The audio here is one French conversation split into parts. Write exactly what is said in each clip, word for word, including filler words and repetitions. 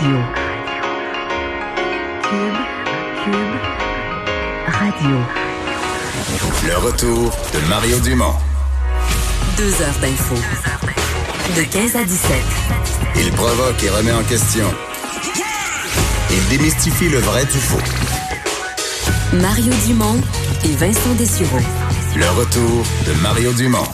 Radio. Cube, Cube, Radio. Le retour de Mario Dumont. Deux heures d'info. De quinze à dix-sept. Il provoque et remet en question. Il démystifie le vrai du faux. Mario Dumont et Vincent Dessureau. Le retour de Mario Dumont.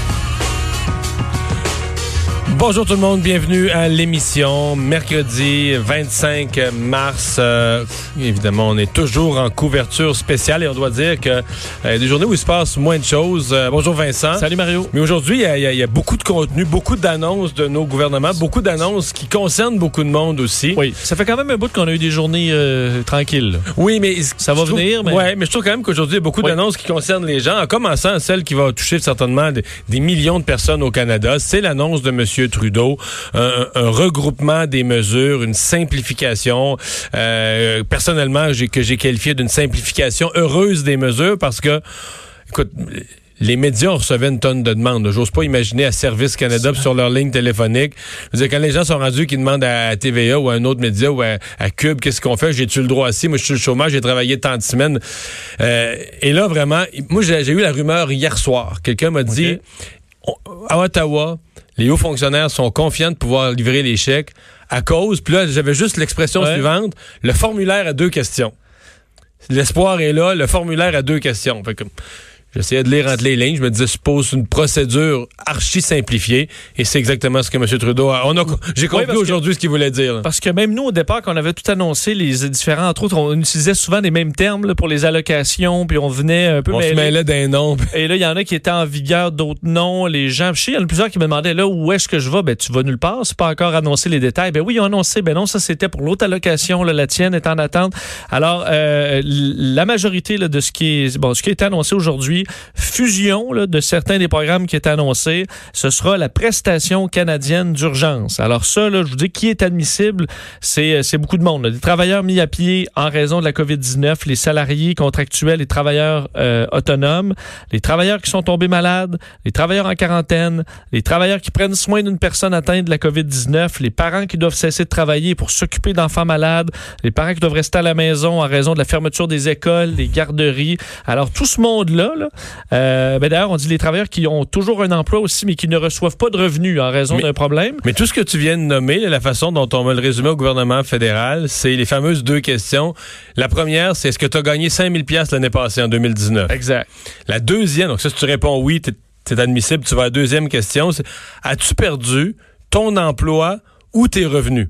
Bonjour tout le monde, bienvenue à l'émission. Mercredi vingt-cinq mars, euh, évidemment, on est toujours en couverture spéciale et on doit dire que euh, y a des journées où il se passe moins de choses. Euh, bonjour Vincent. Salut Mario. Mais aujourd'hui, il y, y, y a beaucoup de contenu, beaucoup d'annonces de nos gouvernements, beaucoup d'annonces qui concernent beaucoup de monde aussi. Oui, ça fait quand même un bout qu'on a eu des journées euh, tranquilles. Oui, mais ça va trouve, venir. Mais... Oui, mais je trouve quand même qu'aujourd'hui, il y a beaucoup oui. d'annonces qui concernent les gens, en commençant celle qui va toucher certainement des, des millions de personnes au Canada. C'est l'annonce de M. Trudeau, un, un regroupement des mesures, une simplification. Euh, personnellement, j'ai, que j'ai qualifié d'une simplification heureuse des mesures parce que, écoute, les médias recevaient une tonne de demandes. J'ose pas imaginer à Service Canada sur leur ligne téléphonique. Je veux dire, quand les gens sont rendus qui demandent à T V A ou à un autre média ou à, à Cube, qu'est-ce qu'on fait? J'ai-tu le droit assis? Moi, je suis le chômage, j'ai travaillé tant de semaines. Euh, et là, vraiment, moi, j'ai, j'ai eu la rumeur hier soir. Quelqu'un m'a dit, okay. on, à Ottawa, les hauts fonctionnaires sont confiants de pouvoir livrer les chèques à cause, puis là, j'avais juste l'expression ouais. suivante, le formulaire a deux questions. L'espoir est là, le formulaire a deux questions. Fait que j'essayais de lire entre les lignes, je me disais, suppose une procédure archi simplifiée, et c'est exactement ce que M. Trudeau a... On a j'ai compris oui, aujourd'hui que, ce qu'il voulait dire. Là. Parce que même nous, au départ, quand on avait tout annoncé, les différents, entre autres, on utilisait souvent les mêmes termes là, pour les allocations, puis on venait un peu... On mêler. se mêlait d'un nom. Et là, il y en a qui étaient en vigueur, d'autres non. Les gens... Je sais, il y en a plusieurs qui me demandaient, là, où est-ce que je vais? Ben, tu vas nulle part, c'est pas encore annoncé les détails. Ben oui, ils ont annoncé, ben non, ça c'était pour l'autre allocation, là, la tienne est en attente. Alors, euh, la majorité là, de ce qui est, bon, ce qui est annoncé aujourd'hui, fusion Là, de certains des programmes qui étaient annoncés, ce sera la prestation canadienne d'urgence. Alors ça, là, je vous dis, qui est admissible, c'est, c'est beaucoup de monde. Là. Des travailleurs mis à pied en raison de la covid dix-neuf, les salariés contractuels, les travailleurs euh, autonomes, les travailleurs qui sont tombés malades, les travailleurs en quarantaine, les travailleurs qui prennent soin d'une personne atteinte de la covid dix-neuf, les parents qui doivent cesser de travailler pour s'occuper d'enfants malades, les parents qui doivent rester à la maison en raison de la fermeture des écoles, des garderies. Alors tout ce monde-là, là, euh, Ben d'ailleurs, on dit les travailleurs qui ont toujours un emploi aussi, mais qui ne reçoivent pas de revenus en raison mais, d'un problème. Mais tout ce que tu viens de nommer, la façon dont on va le résumer au gouvernement fédéral, c'est les fameuses deux questions. La première, c'est est-ce que tu as gagné cinq mille dollars l'année passée, en deux mille dix-neuf? Exact. La deuxième, donc ça, si tu réponds oui, t'es, t'es admissible, tu vas à la deuxième question, c'est as-tu perdu ton emploi ou tes revenus?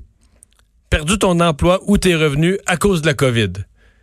Perdu ton emploi ou tes revenus à cause de la COVID?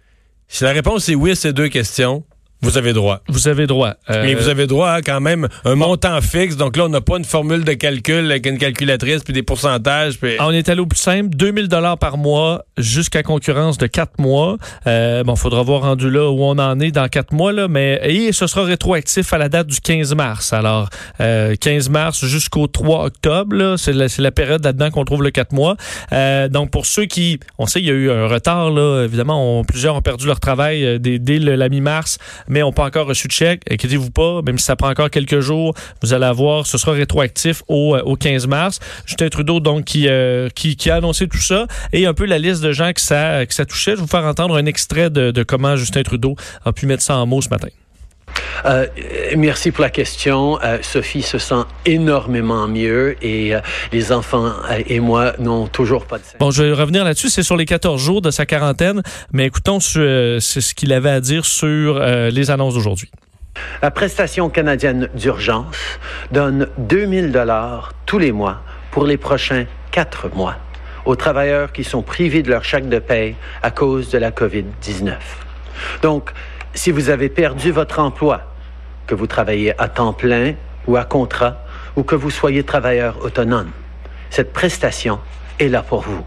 Si la réponse est oui à ces deux questions, vous avez droit. Vous avez droit. Euh... Mais vous avez droit à quand même un bon. montant fixe. Donc là, on n'a pas une formule de calcul avec une calculatrice puis des pourcentages. Puis... On est allé au plus simple. deux mille dollars par mois jusqu'à concurrence de quatre mois. Euh, bon, faudra voir rendu là où on en est dans quatre mois. Là, mais et ce sera rétroactif à la date du quinze mars. Alors, euh, quinze mars jusqu'au trois octobre, là, c'est, la, c'est la période là-dedans qu'on trouve le quatre mois. Euh, donc, pour ceux qui... On sait qu'il y a eu un retard. Là, évidemment, on, plusieurs ont perdu leur travail euh, dès, dès le, la mi-mars. Mais on n'a pas encore reçu de chèque. Inquiétez-vous pas, même si ça prend encore quelques jours, vous allez avoir, ce sera rétroactif au, au quinze mars. Justin Trudeau, donc, qui, euh, qui, qui a annoncé tout ça et un peu la liste de gens que ça, que ça touchait. Je vais vous faire entendre un extrait de, de comment Justin Trudeau a pu mettre ça en mots ce matin. Euh, merci pour la question. Euh, Sophie se sent énormément mieux et euh, les enfants euh, et moi n'ont toujours pas de symptômes. Bon, je vais revenir là-dessus. C'est sur les quatorze jours de sa quarantaine, mais écoutons, euh, c'est ce qu'il avait à dire sur euh, les annonces d'aujourd'hui. La prestation canadienne d'urgence donne deux mille dollars tous les mois pour les prochains quatre mois aux travailleurs qui sont privés de leur chèque de paye à cause de la covid dix-neuf. Donc, si vous avez perdu votre emploi, que vous travaillez à temps plein ou à contrat, ou que vous soyez travailleur autonome, cette prestation est là pour vous.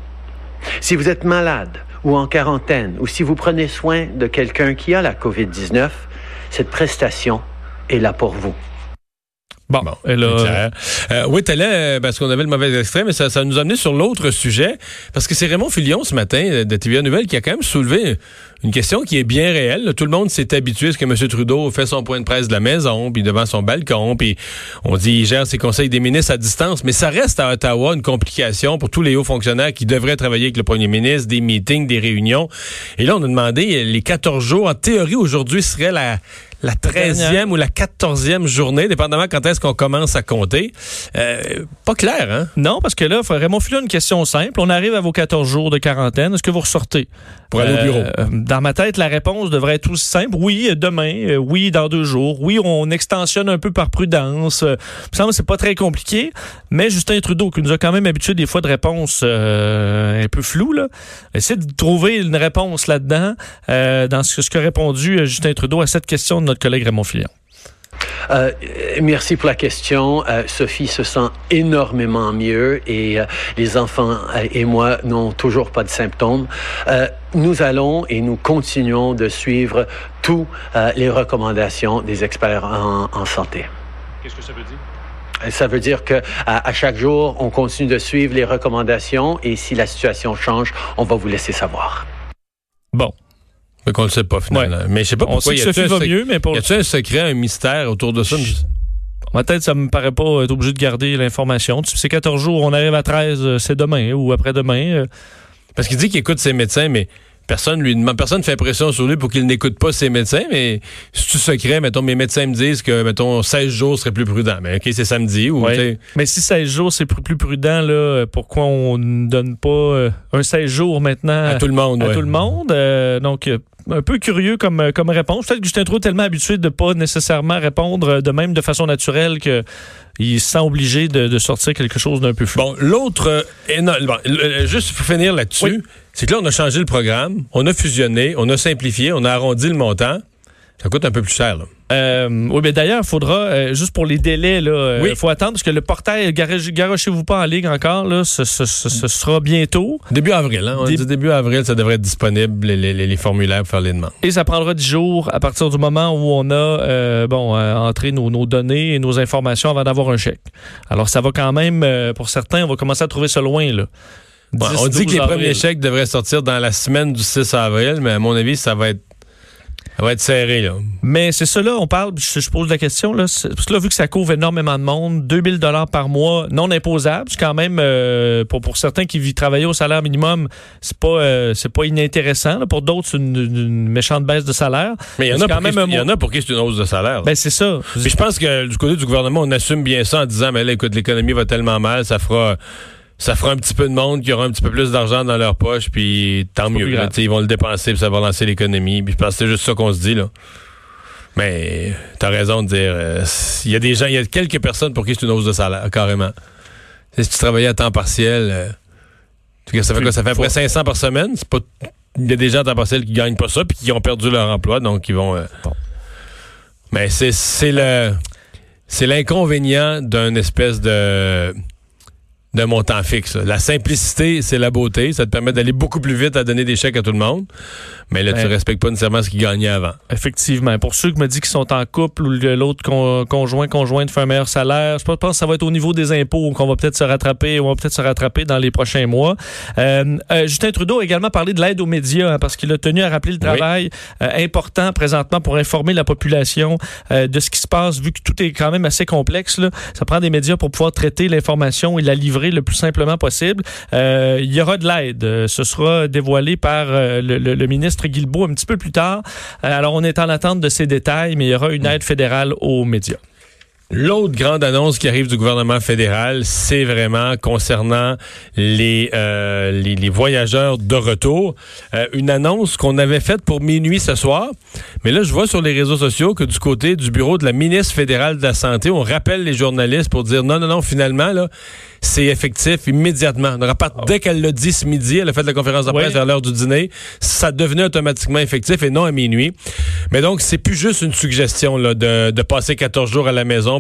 Si vous êtes malade ou en quarantaine, ou si vous prenez soin de quelqu'un qui a la covid dix-neuf, cette prestation est là pour vous. Bon, bon et là, euh, oui, t'allais, parce qu'on avait le mauvais extrait, mais ça, ça nous a amené sur l'autre sujet, parce que c'est Raymond Filion ce matin de T V A Nouvelles qui a quand même soulevé une question qui est bien réelle. Tout le monde s'est habitué à ce que M. Trudeau fait son point de presse de la maison, puis devant son balcon, puis on dit il gère ses conseils des ministres à distance, mais ça reste à Ottawa une complication pour tous les hauts fonctionnaires qui devraient travailler avec le premier ministre, des meetings, des réunions. Et là, on a demandé les quatorze jours. En théorie, aujourd'hui serait la... la treizième ou la quatorzième journée, dépendamment quand est-ce qu'on commence à compter. Euh, pas clair, hein? Non, parce que là, Raymond Filion, une question simple. On arrive à vos quatorze jours de quarantaine. Est-ce que vous ressortez? Pour aller au bureau. Euh, dans ma tête, la réponse devrait être aussi simple. Oui, demain. Euh, oui, dans deux jours. Oui, on extensionne un peu par prudence. Euh, il me semble que c'est pas très compliqué. Mais Justin Trudeau, qui nous a quand même habitué des fois de réponses euh, un peu floues, là, essaie de trouver une réponse là-dedans euh, dans ce, ce qu'a répondu euh, Justin Trudeau à cette question de notre collègue Raymond Filion. Euh, merci pour la question. Euh, Sophie se sent énormément mieux et euh, les enfants euh, et moi n'ont toujours pas de symptômes. Euh, nous allons et nous continuons de suivre toutes euh, les recommandations des experts en, en santé. Qu'est-ce que ça veut dire? Ça veut dire que à, à chaque jour, on continue de suivre les recommandations et si la situation change, on va vous laisser savoir. Bon. Mais qu'on le sait pas, finalement. Ouais. Mais je sais pas on pourquoi. Sait que Sophie va sec... mieux, mais pour... Y a-t-il un secret, un mystère autour de ça? Je... Ma tête, ça me paraît pas être obligé de garder l'information. C'est quatorze jours, on arrive à treize, c'est demain ou après-demain. Parce qu'il dit qu'il écoute ses médecins, mais personne lui demande, personne fait pression sur lui pour qu'il n'écoute pas ses médecins, mais si tu secret, mettons, mes médecins me disent que, mettons, seize jours serait plus prudent. Mais OK, c'est samedi ou, ouais. Mais si seize jours, c'est plus prudent, là, pourquoi on ne donne pas euh, un seize jours maintenant à tout le monde, à ouais. tout le monde? Euh, donc, un peu curieux comme, comme réponse. Peut-être que Justin Trudeau est tellement habitué de ne pas nécessairement répondre de même de façon naturelle que il se sent obligé de, de sortir quelque chose d'un peu flou. Bon, l'autre, euh, énorme, bon, le, juste pour finir là-dessus, oui. C'est que là, on a changé le programme, on a fusionné, on a simplifié, on a arrondi le montant. Ça coûte un peu plus cher, là. Euh, oui, mais d'ailleurs, il faudra, euh, juste pour les délais, il euh, oui. faut attendre, parce que le portail, garochez-vous pas en ligne encore, là, ce, ce, ce, ce sera bientôt. Début avril, hein? On Dé... dit début avril, ça devrait être disponible, les, les, les formulaires pour faire les demandes. Et ça prendra dix jours à partir du moment où on a euh, bon, euh, entré nos, nos données et nos informations avant d'avoir un chèque. Alors, ça va quand même, euh, pour certains, on va commencer à trouver ça loin, là. dix, ouais, on dit que les avril. premiers chèques devraient sortir dans la semaine du six avril, mais à mon avis, ça va être Ça va être serré, là. Mais c'est ça, là, on parle, je, je pose la question, là, parce que là, vu que ça couvre énormément de monde, deux mille dollars par mois non imposables, c'est quand même, euh, pour, pour certains qui vivent travailler au salaire minimum, c'est pas, euh, c'est pas inintéressant. Là. Pour d'autres, c'est une, une méchante baisse de salaire. Mais il y en a quand même il y en a pour qui c'est une hausse de salaire. Là. Ben, c'est ça. Puis je pense que du côté du gouvernement, on assume bien ça en disant, mais là, écoute, l'économie va tellement mal, ça fera... Ça fera un petit peu de monde qui aura un petit peu plus d'argent dans leur poche, puis tant mieux. Là, ils vont le dépenser, puis ça va lancer l'économie. Puis je pense que c'est juste ça qu'on se dit, là. Mais t'as raison de dire, il euh, y a des gens, il y a quelques personnes pour qui c'est une hausse de salaire, carrément. Si tu travaillais à temps partiel, euh, ça fait quoi? Ça fait à peu près cinq cents par semaine. C'est pas, il y a des gens à temps partiel qui gagnent pas ça, puis qui ont perdu leur emploi, donc ils vont... Euh, bon. Mais c'est, c'est le... C'est l'inconvénient d'une espèce de... d'un montant fixe. Là. La simplicité, c'est la beauté. Ça te permet d'aller beaucoup plus vite à donner des chèques à tout le monde. Mais là, ouais. Tu respectes pas nécessairement ce qu'ils gagnaient avant. Effectivement. Pour ceux qui me disent qu'ils sont en couple ou l'autre con, conjoint, conjointe fait un meilleur salaire, je pense que ça va être au niveau des impôts qu'on va peut-être se rattraper, on va peut-être se rattraper dans les prochains mois. Euh, euh, Justin Trudeau a également parlé de l'aide aux médias, hein, parce qu'il a tenu à rappeler le travail oui. euh, important présentement pour informer la population euh, de ce qui se passe, vu que tout est quand même assez complexe. Là. Ça prend des médias pour pouvoir traiter l'information et la livrer le plus simplement possible. Euh, il y aura de l'aide. Euh, ce sera dévoilé par euh, le, le, le ministre Guilbeault un petit peu plus tard. Euh, alors, on est en attente de ces détails, mais il y aura une aide fédérale aux médias. L'autre grande annonce qui arrive du gouvernement fédéral, c'est vraiment concernant les, euh, les, les voyageurs de retour. Euh, une annonce qu'on avait faite pour minuit ce soir. Mais là, je vois sur les réseaux sociaux que du côté du bureau de la ministre fédérale de la Santé, on rappelle les journalistes pour dire non, non, non, finalement, là, c'est effectif immédiatement. Donc, à part, oh. Dès qu'elle l'a dit ce midi, elle a fait la conférence de presse oui. vers l'heure du dîner, ça devenait automatiquement effectif et non à minuit. Mais donc, c'est plus juste une suggestion là, de, de passer quatorze jours à la maison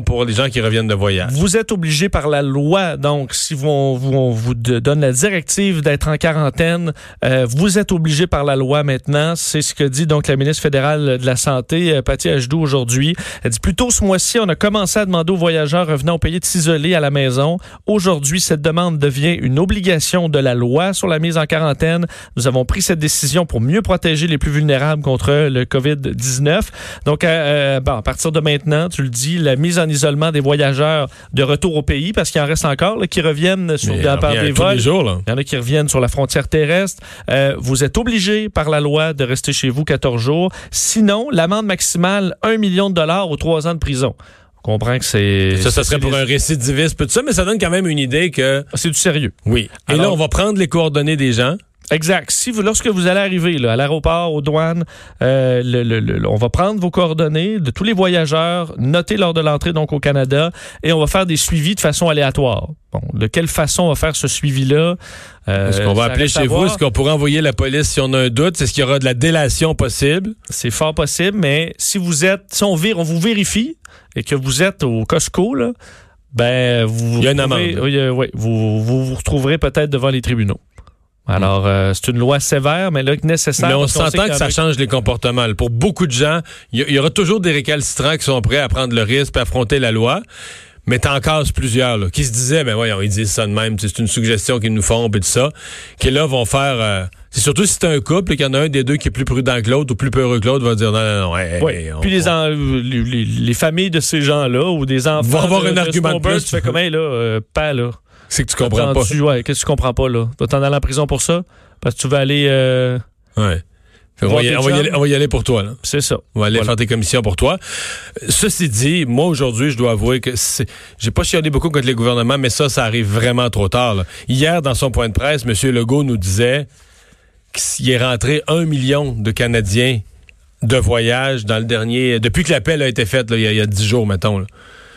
pour les gens qui reviennent de voyage. Vous êtes obligé par la loi, donc, si vous, on, vous, on vous donne la directive d'être en quarantaine, euh, vous êtes obligé par la loi maintenant. C'est ce que dit donc la ministre fédérale de la Santé, Patty Ajdou, aujourd'hui. Elle dit, plus tôt ce mois-ci, on a commencé à demander aux voyageurs revenant au pays de s'isoler à la maison. Aujourd'hui, cette demande devient une obligation de la loi sur la mise en quarantaine. Nous avons pris cette décision pour mieux protéger les plus vulnérables contre le covid dix-neuf. Donc, euh, bon, à partir de maintenant, tu le dis, la mise en isolement des voyageurs de retour au pays, parce qu'il en reste encore là, qui reviennent sur la part des vols. Jours, là. Il y en a qui reviennent sur la frontière terrestre. Euh, vous êtes obligé par la loi de rester chez vous quatorze jours. Sinon, l'amende maximale, un million de dollars ou trois ans de prison. On comprend que c'est... Ça, ça serait pour un récidiviste, tout ça, mais ça donne quand même une idée que... C'est du sérieux. Oui. Et Alors, là, on va prendre les coordonnées des gens. Exact. Si vous, lorsque vous allez arriver là, à l'aéroport, aux douanes, euh, le, le, le, on va prendre vos coordonnées de tous les voyageurs, noter lors de l'entrée donc au Canada, et on va faire des suivis de façon aléatoire. Bon, de quelle façon on va faire ce suivi-là? Euh, Est-ce qu'on va appeler chez vous? Est-ce qu'on pourrait envoyer la police si on a un doute? Est-ce qu'il y aura de la délation possible? C'est fort possible, mais si vous êtes, si on, vire, on vous vérifie et que vous êtes au Costco, là, ben vous, il y a une amende. Oui, oui, vous, vous vous retrouverez peut-être devant les tribunaux. Alors, euh, c'est une loi sévère, mais là, nécessaire. Mais on s'entend que ça change les comportements. Pour beaucoup de gens, il y, y aura toujours des récalcitrants qui sont prêts à prendre le risque et à affronter la loi. Mais t'en casses plusieurs, là, qui se disaient, ben voyons, ils disent ça de même, c'est une suggestion qu'ils nous font, et tout ça, qui là vont faire... Euh, c'est surtout si c'est un couple et qu'il y en a un des deux qui est plus prudent que l'autre ou plus peureux que l'autre, va dire non, non, non. Hey, oui. hey, on, Puis les, on... en, les, les, les familles de ces gens-là ou des enfants... vont avoir de, un de argument de plus. Tu fais comme, hey, là, euh, pas, là. C'est que tu comprends Attends, pas. Tu, ouais, qu'est-ce que tu comprends pas, là? Tu vas t'en aller en prison pour ça? Parce que tu vas aller... Euh, ouais. On va, y, on, va y aller, on va y aller pour toi, là. C'est ça. On va aller voilà. faire tes commissions pour toi. Ceci dit, moi, aujourd'hui, je dois avouer que c'est... j'ai pas chialé beaucoup contre les gouvernements, mais ça, ça arrive vraiment trop tard, là. Hier, dans son point de presse, M. Legault nous disait qu'il est rentré un million de Canadiens de voyage dans le dernier... Depuis que l'appel a été fait, là, il y a, il y a dix jours, mettons, là.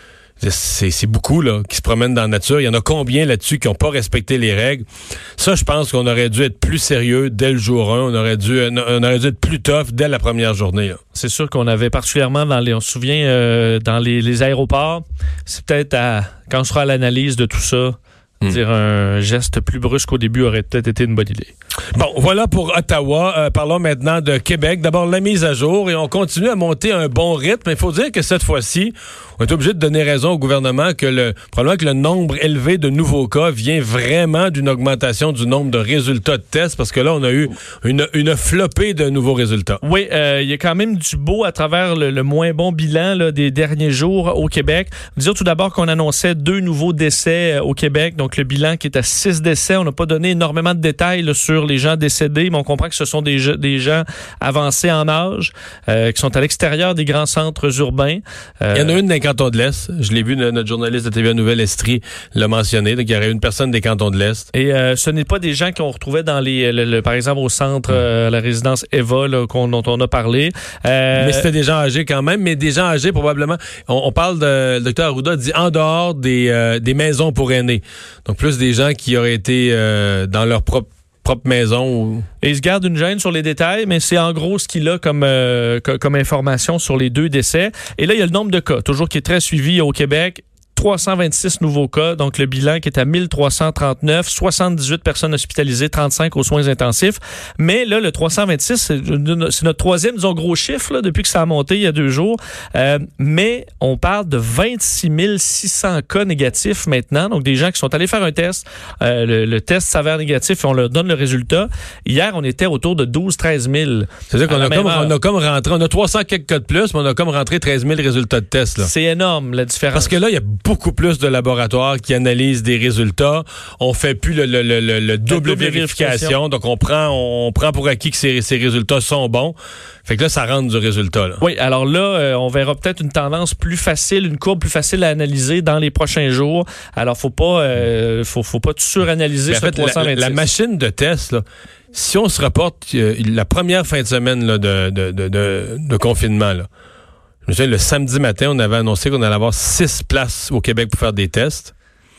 C'est, c'est beaucoup là qui se promènent dans la nature. Il y en a combien là-dessus qui n'ont pas respecté les règles? Ça, je pense qu'on aurait dû être plus sérieux dès le jour un. On aurait dû, on aurait dû être plus tough dès la première journée. Là. C'est sûr qu'on avait particulièrement dans les, on se souvient euh, dans les, les aéroports. C'est peut-être à, quand on sera à l'analyse de tout ça, hmm. dire un geste plus brusque au début aurait peut-être été une bonne idée. Bon, voilà pour Ottawa. Euh, parlons maintenant de Québec. D'abord, la mise à jour et on continue à monter un bon rythme. Il faut dire que cette fois-ci, on est obligé de donner raison au gouvernement que le probablement que le nombre élevé de nouveaux cas vient vraiment d'une augmentation du nombre de résultats de tests parce que là, on a eu une, une flopée de nouveaux résultats. Oui, euh, il y a quand même du beau à travers le, le moins bon bilan là, des derniers jours au Québec. Dire tout d'abord qu'on annonçait deux nouveaux décès au Québec. Donc, le bilan qui est à six décès. On n'a pas donné énormément de détails là, sur les gens décédés, mais on comprend que ce sont des, des gens avancés en âge euh, qui sont à l'extérieur des grands centres urbains. Euh, il y en a une dans les cantons de l'Est. Je l'ai vu, notre journaliste de T V A Nouvelle, Estrie, l'a mentionné. Donc, il y aurait une personne des cantons de l'Est. Et euh, ce n'est pas des gens qu'on retrouvait dans les, le, le, par exemple, au centre, euh, la résidence Eva, là, qu'on, dont on a parlé. Euh, mais c'était des gens âgés quand même, mais des gens âgés probablement. On, on parle de, le docteur Arruda dit en dehors des, euh, des maisons pour aînés. Donc, plus des gens qui auraient été euh, dans leur propre propre maison. Ou... Et il se garde une gêne sur les détails, mais c'est en gros ce qu'il a comme, euh, comme information sur les deux décès. Et là, il y a le nombre de cas, toujours qui est très suivi au Québec. trois cent vingt-six nouveaux cas, donc le bilan qui est à mille trois cent trente-neuf, soixante-dix-huit personnes hospitalisées, trente-cinq aux soins intensifs. Mais là, le trois cent vingt-six, c'est, c'est notre troisième, disons, gros chiffre là, depuis que ça a monté il y a deux jours. Euh, mais on parle de vingt-six mille six cents cas négatifs maintenant, donc des gens qui sont allés faire un test. Euh, le, le test s'avère négatif et on leur donne le résultat. Hier, on était autour de douze à treize mille. C'est-à-dire qu'on a comme, on a comme rentré, on a trois cents quelques cas de plus, mais on a comme rentré treize mille résultats de tests. Là. C'est énorme, la différence. Parce que là, il y a beaucoup plus de laboratoires qui analysent des résultats. On fait plus le, le, le, le, le double, double vérification. vérification. Donc, on prend, on prend pour acquis que ces, ces résultats sont bons. Fait que là, ça rentre du résultat. Là. Oui, alors là, euh, on verra peut-être une tendance plus facile, une courbe plus facile à analyser dans les prochains jours. Alors, faut pas, euh, faut, faut pas tout suranalyser sur en fait, trois cent vingt-six. La, la machine de test, là, si on se rapporte euh, la première fin de semaine là, de, de, de, de, de confinement, là, je me souviens, le samedi matin, on avait annoncé qu'on allait avoir six places au Québec pour faire des tests,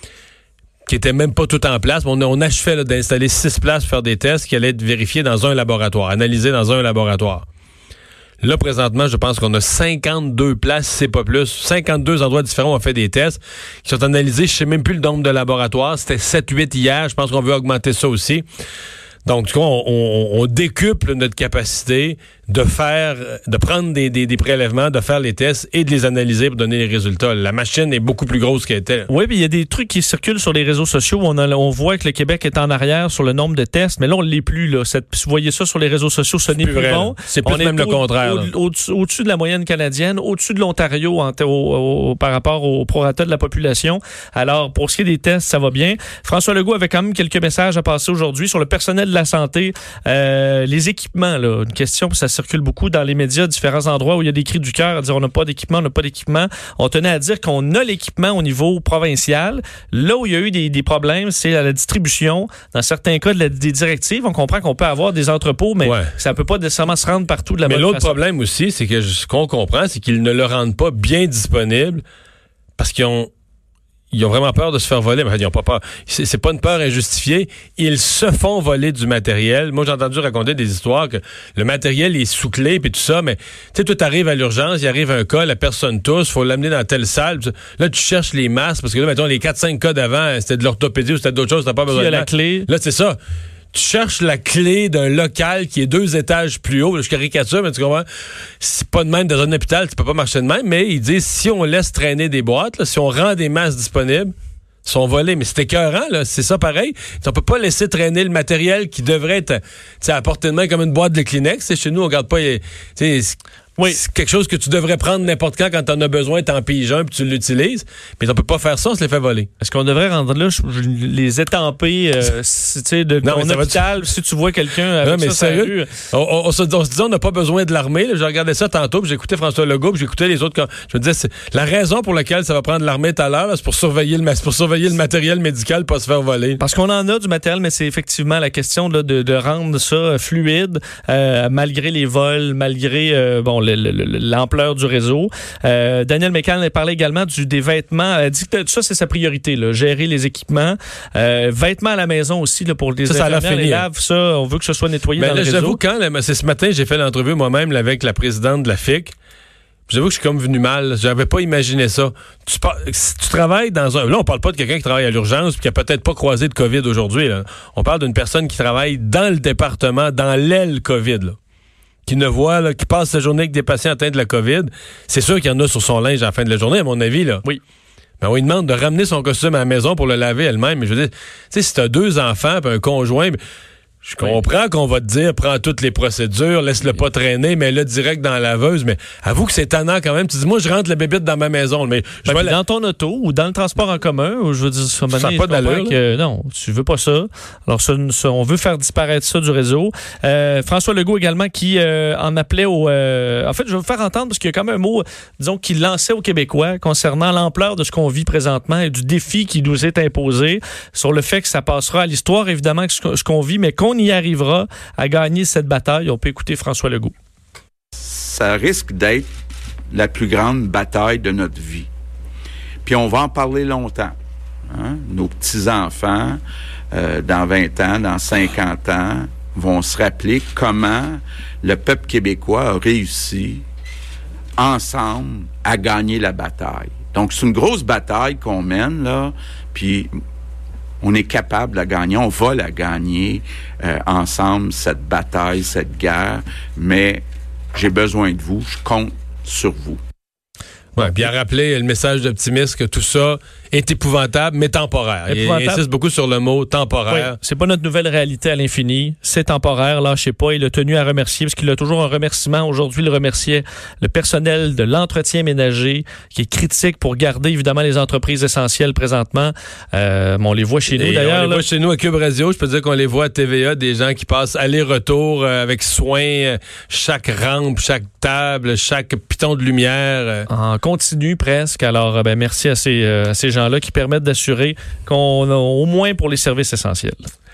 qui étaient même pas toutes en place. On, on achevait là, d'installer six places pour faire des tests qui allaient être vérifiés dans un laboratoire, analysés dans un laboratoire. Là, présentement, je pense qu'on a cinquante-deux places, si c'est pas plus. cinquante-deux endroits différents où on fait des tests qui sont analysés. Je sais même plus le nombre de laboratoires. C'était sept huit hier. Je pense qu'on veut augmenter ça aussi. Donc, du coup, on, on, on décuple notre capacité de faire, de prendre des, des, des prélèvements, de faire les tests et de les analyser pour donner les résultats. La machine est beaucoup plus grosse qu'elle était. Oui, mais il y a des trucs qui circulent sur les réseaux sociaux où on, a, on voit que le Québec est en arrière sur le nombre de tests, mais là, on ne l'est plus. Là. Cette, si vous voyez ça sur les réseaux sociaux, ce n'est plus, plus bon. C'est plus on même est le au, contraire. Au, au, au, au-dessus de la moyenne canadienne, au-dessus de l'Ontario en, au, au, par rapport au prorata de la population. Alors, pour ce qui est des tests, ça va bien. François Legault avait quand même quelques messages à passer aujourd'hui sur le personnel de la santé. Euh, les équipements, là, une question, ça circule beaucoup dans les médias, différents endroits où il y a des cris du cœur à dire on n'a pas d'équipement, on n'a pas d'équipement. On tenait à dire qu'on a l'équipement au niveau provincial. Là où il y a eu des, des problèmes, c'est à la distribution. Dans certains cas, de la, des directives, on comprend qu'on peut avoir des entrepôts, mais ouais. ça ne peut pas nécessairement se rendre partout de la mais bonne l'autre façon. problème aussi, c'est que ce qu'on comprend, c'est qu'ils ne le rendent pas bien disponible parce qu'ils ont Ils ont vraiment peur de se faire voler. Mais ils ont pas peur. C'est, c'est pas une peur injustifiée. Ils se font voler du matériel. Moi, j'ai entendu raconter des histoires que le matériel est sous clé puis tout ça, mais tu sais, tout arrive à l'urgence, il arrive un cas, la personne tousse, faut l'amener dans telle salle. Là, tu cherches les masques parce que là, mettons, les quatre cinq cas d'avant, c'était de l'orthopédie ou c'était d'autres choses, t'as pas besoin de la clé. Là, c'est ça. Tu cherches la clé d'un local qui est deux étages plus haut. Là, je caricature, mais tu comprends? C'est pas de même dans un hôpital, tu peux pas marcher de même, mais ils disent si on laisse traîner des boîtes, là, si on rend des masques disponibles, ils sont volés. Mais c'est écœurant, là. C'est ça pareil. On peut pas laisser traîner le matériel qui devrait être à portée de main comme une boîte de Kleenex. Chez nous, on garde pas. Oui. C'est quelque chose que tu devrais prendre n'importe quand quand t'en as besoin, t'en piges un puis tu l'utilises. Mais on peut pas faire ça, on se les fait voler. Est-ce qu'on devrait rendre là, je, je, les étamper, euh, tu sais, de non, ton hôpital, tu... si tu vois quelqu'un avec non, mais ça sérieux, rue. On, on, on, se, on se disait, on n'a pas besoin de l'armée. Là. Je regardais ça tantôt, puis j'écoutais François Legault, puis j'écoutais les autres. Quand, je me disais, c'est, la raison pour laquelle ça va prendre l'armée tout à l'heure, là, c'est pour surveiller, le, c'est pour surveiller le matériel médical, pas se faire voler. Parce qu'on en a du matériel, mais c'est effectivement la question là, de, de rendre ça fluide, euh, malgré les vols, malgré euh, bon, le, le, le, l'ampleur du réseau. Euh, Daniel Mécan a parlé également du, des vêtements. Elle dit que ça, c'est sa priorité, là, gérer les équipements. Euh, vêtements à la maison aussi, là, pour les ça, infirmières, les laves, ça, on veut que ce soit nettoyé ben, dans là, le réseau. J'avoue, quand, là, c'est ce matin, j'ai fait l'entrevue moi-même là, avec la présidente de la F I C. J'avoue que je suis comme venu mal. J'avais pas imaginé ça. Tu, par... si tu travailles dans un... Là, on parle pas de quelqu'un qui travaille à l'urgence et qui a peut-être pas croisé de COVID aujourd'hui. Là. On parle d'une personne qui travaille dans le département, dans l'aile COVID, là. Qui ne voit, là, qui passe sa journée avec des patients atteints de la COVID, c'est sûr qu'il y en a sur son linge à la fin de la journée, à mon avis, là. Oui. Ben, on lui demande de ramener son costume à la maison pour le laver elle-même. Mais je veux dire, tu sais, si t'as deux enfants et un conjoint, je comprends oui. qu'on va te dire, prends toutes les procédures, laisse-le pas traîner, mais là, direct dans la laveuse. Mais avoue que c'est tannant quand même. Tu dis, moi, je rentre la bébite dans ma maison. Mais je ben, la... Dans ton auto ou dans le transport en commun, ou je veux dire, ça n'a pas d'allure. Que, non, tu veux pas ça. Alors, ça, ça, on veut faire disparaître ça du réseau. Euh, François Legault également qui euh, en appelait au... Euh, en fait, je vais vous faire entendre parce qu'il y a quand même un mot, disons, qu'il lançait aux Québécois concernant l'ampleur de ce qu'on vit présentement et du défi qui nous est imposé sur le fait que ça passera à l'histoire, évidemment, ce qu'on vit, mais qu'on y arrivera à gagner cette bataille. On peut écouter François Legault. Ça risque d'être la plus grande bataille de notre vie. Puis on va en parler longtemps. Hein? Nos petits-enfants, euh, dans vingt ans, dans cinquante ans, vont se rappeler comment le peuple québécois a réussi, ensemble, à gagner la bataille. Donc, c'est une grosse bataille qu'on mène, là, puis... on est capable de la gagner, on va la gagner euh, ensemble, cette bataille, cette guerre, mais j'ai besoin de vous, je compte sur vous. Ouais, bien rappeler le message d'optimisme que tout ça est épouvantable, mais temporaire. Épouvantable. Il insiste beaucoup sur le mot temporaire. Oui, c'est pas notre nouvelle réalité à l'infini. C'est temporaire. Lâchez pas. Il a tenu à remercier, parce qu'il a toujours un remerciement. Aujourd'hui, il remerciait le personnel de l'entretien ménager, qui est critique pour garder, évidemment, les entreprises essentielles présentement. Euh, on les voit chez nous, Et d'ailleurs. On les là. voit chez nous à Cube Radio. Je peux dire qu'on les voit à T V A, des gens qui passent aller-retour euh, avec soin, euh, chaque rampe, chaque table, chaque piton de lumière. Euh. En continu, presque. Alors, ben, merci à ces, euh, à ces gens-là qui permettent d'assurer qu'on a au moins pour les services essentiels.